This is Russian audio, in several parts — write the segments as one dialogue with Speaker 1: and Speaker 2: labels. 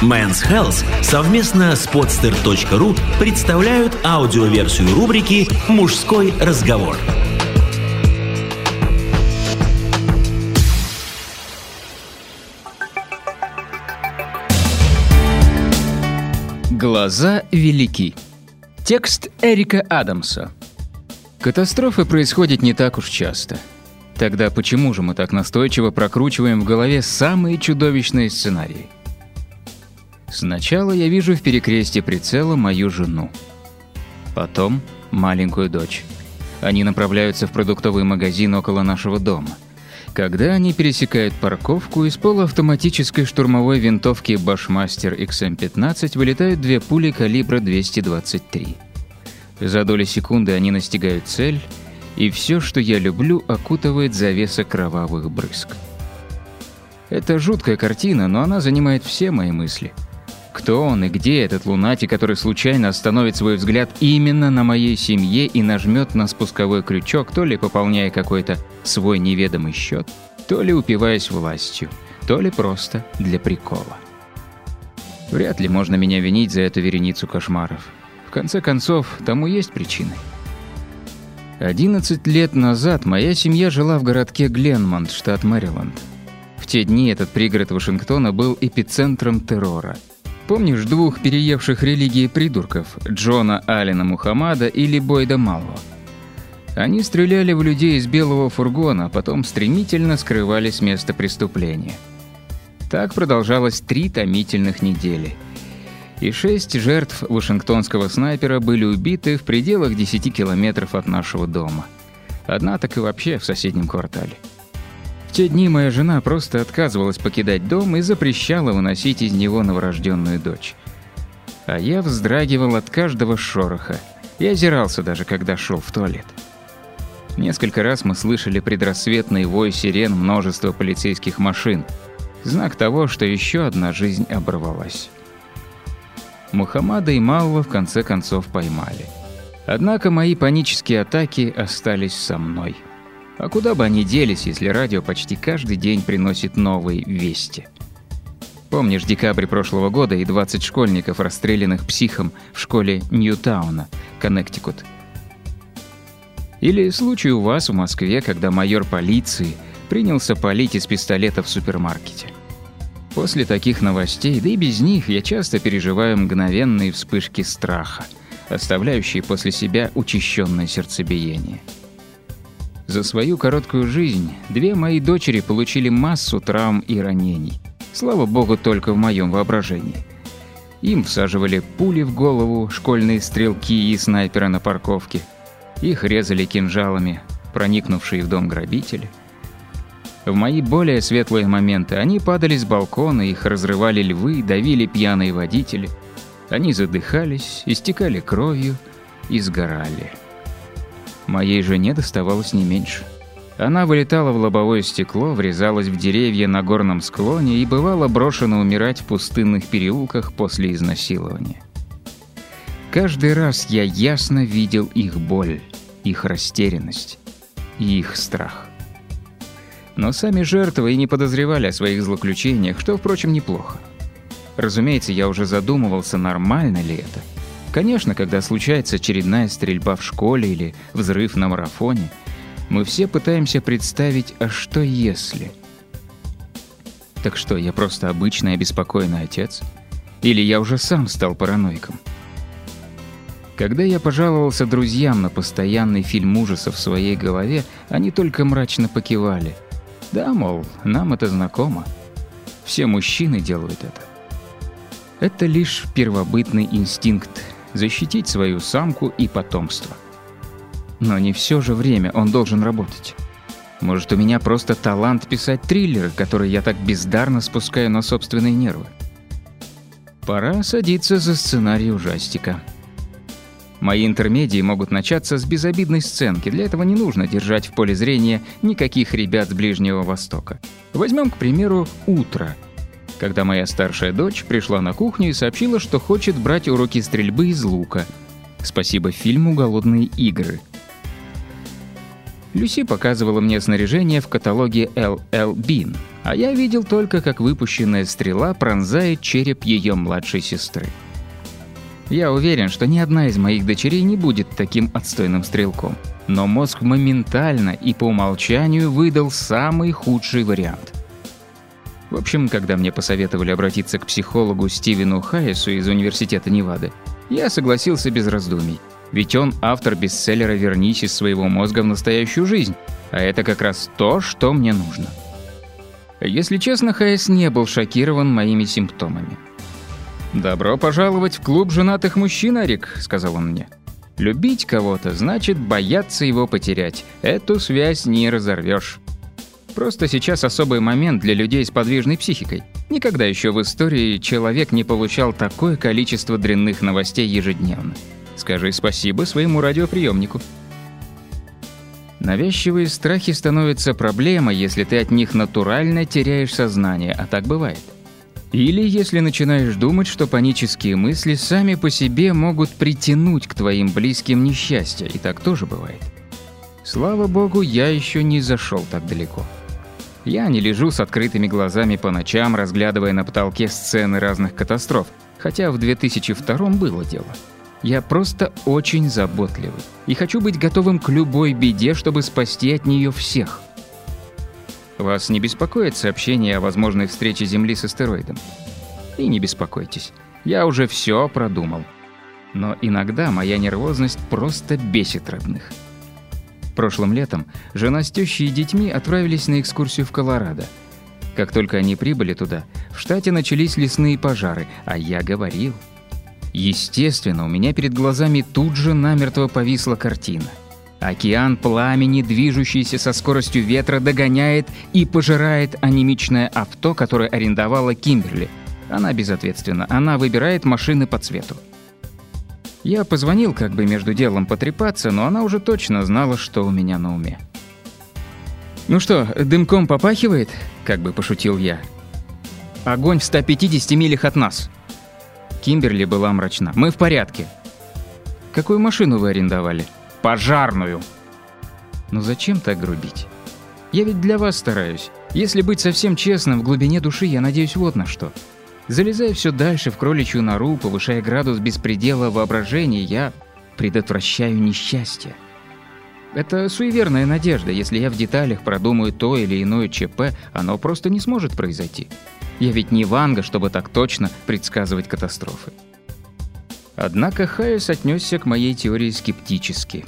Speaker 1: Men's Health совместно с podster.ru представляют аудиоверсию рубрики «Мужской разговор».
Speaker 2: Глаза велики. Текст Эрика Адамса. Катастрофы происходят не так уж часто. Тогда почему же мы так настойчиво прокручиваем в голове самые чудовищные сценарии? Сначала я вижу в перекрестье прицела мою жену. Потом маленькую дочь. Они направляются в продуктовый магазин около нашего дома. Когда они пересекают парковку, из полуавтоматической штурмовой винтовки Bushmaster XM-15 вылетают две пули калибра 223. За доли секунды они настигают цель, и все, что я люблю, окутывает завеса кровавых брызг. Это жуткая картина, но она занимает все мои мысли. Кто он и где этот лунатик, который случайно остановит свой взгляд именно на моей семье и нажмет на спусковой крючок, то ли пополняя какой-то свой неведомый счет, то ли упиваясь властью, то ли просто для прикола. Вряд ли можно меня винить за эту вереницу кошмаров. В конце концов, тому есть причины. 11 лет назад моя семья жила в городке Гленмонт, штат Мэриленд. В те дни этот пригород Вашингтона был эпицентром террора. Помнишь двух переевших религии придурков, Джона Аллена Мухаммада или Бойда Малво? Они стреляли в людей из белого фургона, а потом стремительно скрывались с места преступления. Так продолжалось 3 томительных недели. И 6 жертв вашингтонского снайпера были убиты в пределах 10 километров от нашего дома. Одна так и вообще в соседнем квартале. В те дни моя жена просто отказывалась покидать дом и запрещала выносить из него новорожденную дочь. А я вздрагивал от каждого шороха и озирался даже, когда шел в туалет. Несколько раз мы слышали предрассветный вой сирен множества полицейских машин. Знак того, что еще одна жизнь оборвалась. Мухаммада и Малва в конце концов поймали. Однако мои панические атаки остались со мной. А куда бы они делись, если радио почти каждый день приносит новые вести? Помнишь декабрь прошлого года и 20 школьников, расстрелянных психом в школе Ньютауна, Коннектикут? Или случай у вас в Москве, когда майор полиции принялся палить из пистолета в супермаркете? После таких новостей, да и без них, я часто переживаю мгновенные вспышки страха, оставляющие после себя учащенное сердцебиение. За свою короткую жизнь 2 мои дочери получили массу травм и ранений. Слава богу, только в моем воображении. Им всаживали пули в голову, школьные стрелки и снайперы на парковке. Их резали кинжалами, проникнувшие в дом грабители. В мои более светлые моменты они падали с балкона, их разрывали львы, давили пьяные водители. Они задыхались, истекали кровью и сгорали. Моей жене доставалось не меньше. Она вылетала в лобовое стекло, врезалась в деревья на горном склоне и бывала брошена умирать в пустынных переулках после изнасилования. Каждый раз я ясно видел их боль, их растерянность и их страх. Но сами жертвы и не подозревали о своих злоключениях, что, впрочем, неплохо. Разумеется, я уже задумывался, нормально ли это. Конечно, когда случается очередная стрельба в школе или взрыв на марафоне, мы все пытаемся представить, а что если? Так что, я просто обычный обеспокоенный отец? Или я уже сам стал параноиком? Когда я пожаловался друзьям на постоянный фильм ужасов в своей голове, они только мрачно покивали. Да, мол, нам это знакомо. Все мужчины делают это. Это лишь первобытный инстинкт защитить свою самку и потомство. Но не все же время он должен работать. Может, у меня просто талант писать триллеры, которые я так бездарно спускаю на собственные нервы. Пора садиться за сценарий ужастика. Мои интермедии могут начаться с безобидной сценки. Для этого не нужно держать в поле зрения никаких ребят с Ближнего Востока. Возьмем, к примеру, утро, когда моя старшая дочь пришла на кухню и сообщила, что хочет брать уроки стрельбы из лука. Спасибо фильму «Голодные игры». Люси показывала мне снаряжение в каталоге L.L. Bean, а я видел только, как выпущенная стрела пронзает череп ее младшей сестры. Я уверен, что ни одна из моих дочерей не будет таким отстойным стрелком, но мозг моментально и по умолчанию выдал самый худший вариант. В общем, когда мне посоветовали обратиться к психологу Стивену Хайесу из Университета Невады, я согласился без раздумий. Ведь он автор бестселлера «Вернись из своего мозга в настоящую жизнь», а это как раз то, что мне нужно. Если честно, Хайес не был шокирован моими симптомами. «Добро пожаловать в клуб женатых мужчин, Арик», — сказал он мне. «Любить кого-то значит бояться его потерять. Эту связь не разорвешь. Просто сейчас особый момент для людей с подвижной психикой. Никогда еще в истории человек не получал такое количество дрянных новостей ежедневно. Скажи спасибо своему радиоприемнику». Навязчивые страхи становятся проблемой, если ты от них натурально теряешь сознание, а так бывает. Или если начинаешь думать, что панические мысли сами по себе могут притянуть к твоим близким несчастье, и так тоже бывает. Слава богу, я еще не зашел так далеко. Я не лежу с открытыми глазами по ночам, разглядывая на потолке сцены разных катастроф, хотя в 2002 было дело. Я просто очень заботливый и хочу быть готовым к любой беде, чтобы спасти от нее всех. Вас не беспокоит сообщение о возможной встрече Земли с астероидом? И не беспокойтесь, я уже все продумал. Но иногда моя нервозность просто бесит родных. Прошлым летом жена с тещей и детьми отправились на экскурсию в Колорадо. Как только они прибыли туда, в штате начались лесные пожары, а я говорил. Естественно, у меня перед глазами тут же намертво повисла картина. Океан пламени, движущийся со скоростью ветра, догоняет и пожирает анемичное авто, которое арендовала Кимберли. Она безответственна, она выбирает машины по цвету. Я позвонил как бы между делом потрепаться, но она уже точно знала, что у меня на уме. «Ну что, дымком попахивает?» – как бы пошутил я. «Огонь в 150 милях от нас». Кимберли была мрачна. «Мы в порядке». «Какую машину вы арендовали?» «Пожарную». «Ну зачем так грубить? Я ведь для вас стараюсь. Если быть совсем честным, в глубине души я надеюсь вот на что. Залезая все дальше в кроличью нору, повышая градус беспредела воображения, я предотвращаю несчастье. Это суеверная надежда. Если я в деталях продумаю то или иное ЧП, оно просто не сможет произойти. Я ведь не Ванга, чтобы так точно предсказывать катастрофы». Однако Хайес отнесся к моей теории скептически.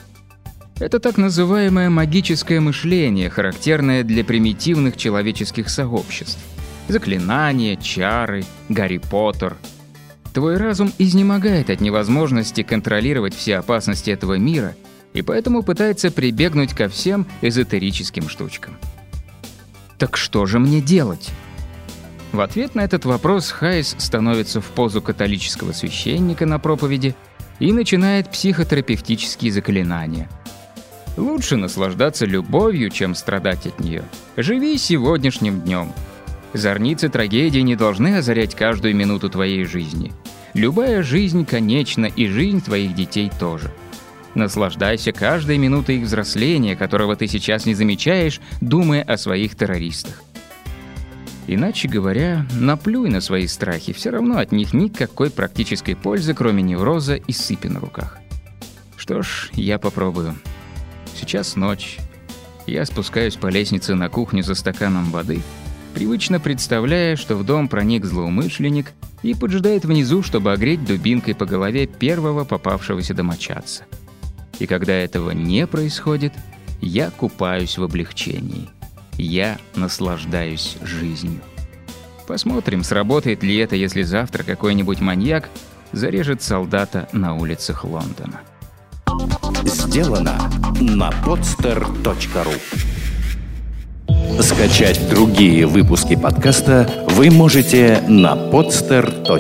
Speaker 2: Это так называемое магическое мышление, характерное для примитивных человеческих сообществ. Заклинания, чары, Гарри Поттер. Твой разум изнемогает от невозможности контролировать все опасности этого мира и поэтому пытается прибегнуть ко всем эзотерическим штучкам. Так что же мне делать? В ответ на этот вопрос Хайес становится в позу католического священника на проповеди и начинает психотерапевтические заклинания. Лучше наслаждаться любовью, чем страдать от нее. Живи сегодняшним днем. Зорницы трагедии не должны озарять каждую минуту твоей жизни. Любая жизнь конечна, и жизнь твоих детей тоже. Наслаждайся каждой минутой их взросления, которого ты сейчас не замечаешь, думая о своих террористах. Иначе говоря, наплюй на свои страхи, все равно от них никакой практической пользы, кроме невроза и сыпи на руках. Что ж, я попробую. Сейчас ночь. Я спускаюсь по лестнице на кухню за стаканом воды, привычно представляя, что в дом проник злоумышленник и поджидает внизу, чтобы огреть дубинкой по голове первого попавшегося домочадца. И когда этого не происходит, я купаюсь в облегчении. Я наслаждаюсь жизнью. Посмотрим, сработает ли это, если завтра какой-нибудь маньяк зарежет солдата на улицах Лондона.
Speaker 1: Сделано на podster.ru. Скачать другие выпуски подкаста вы можете на podster.ru.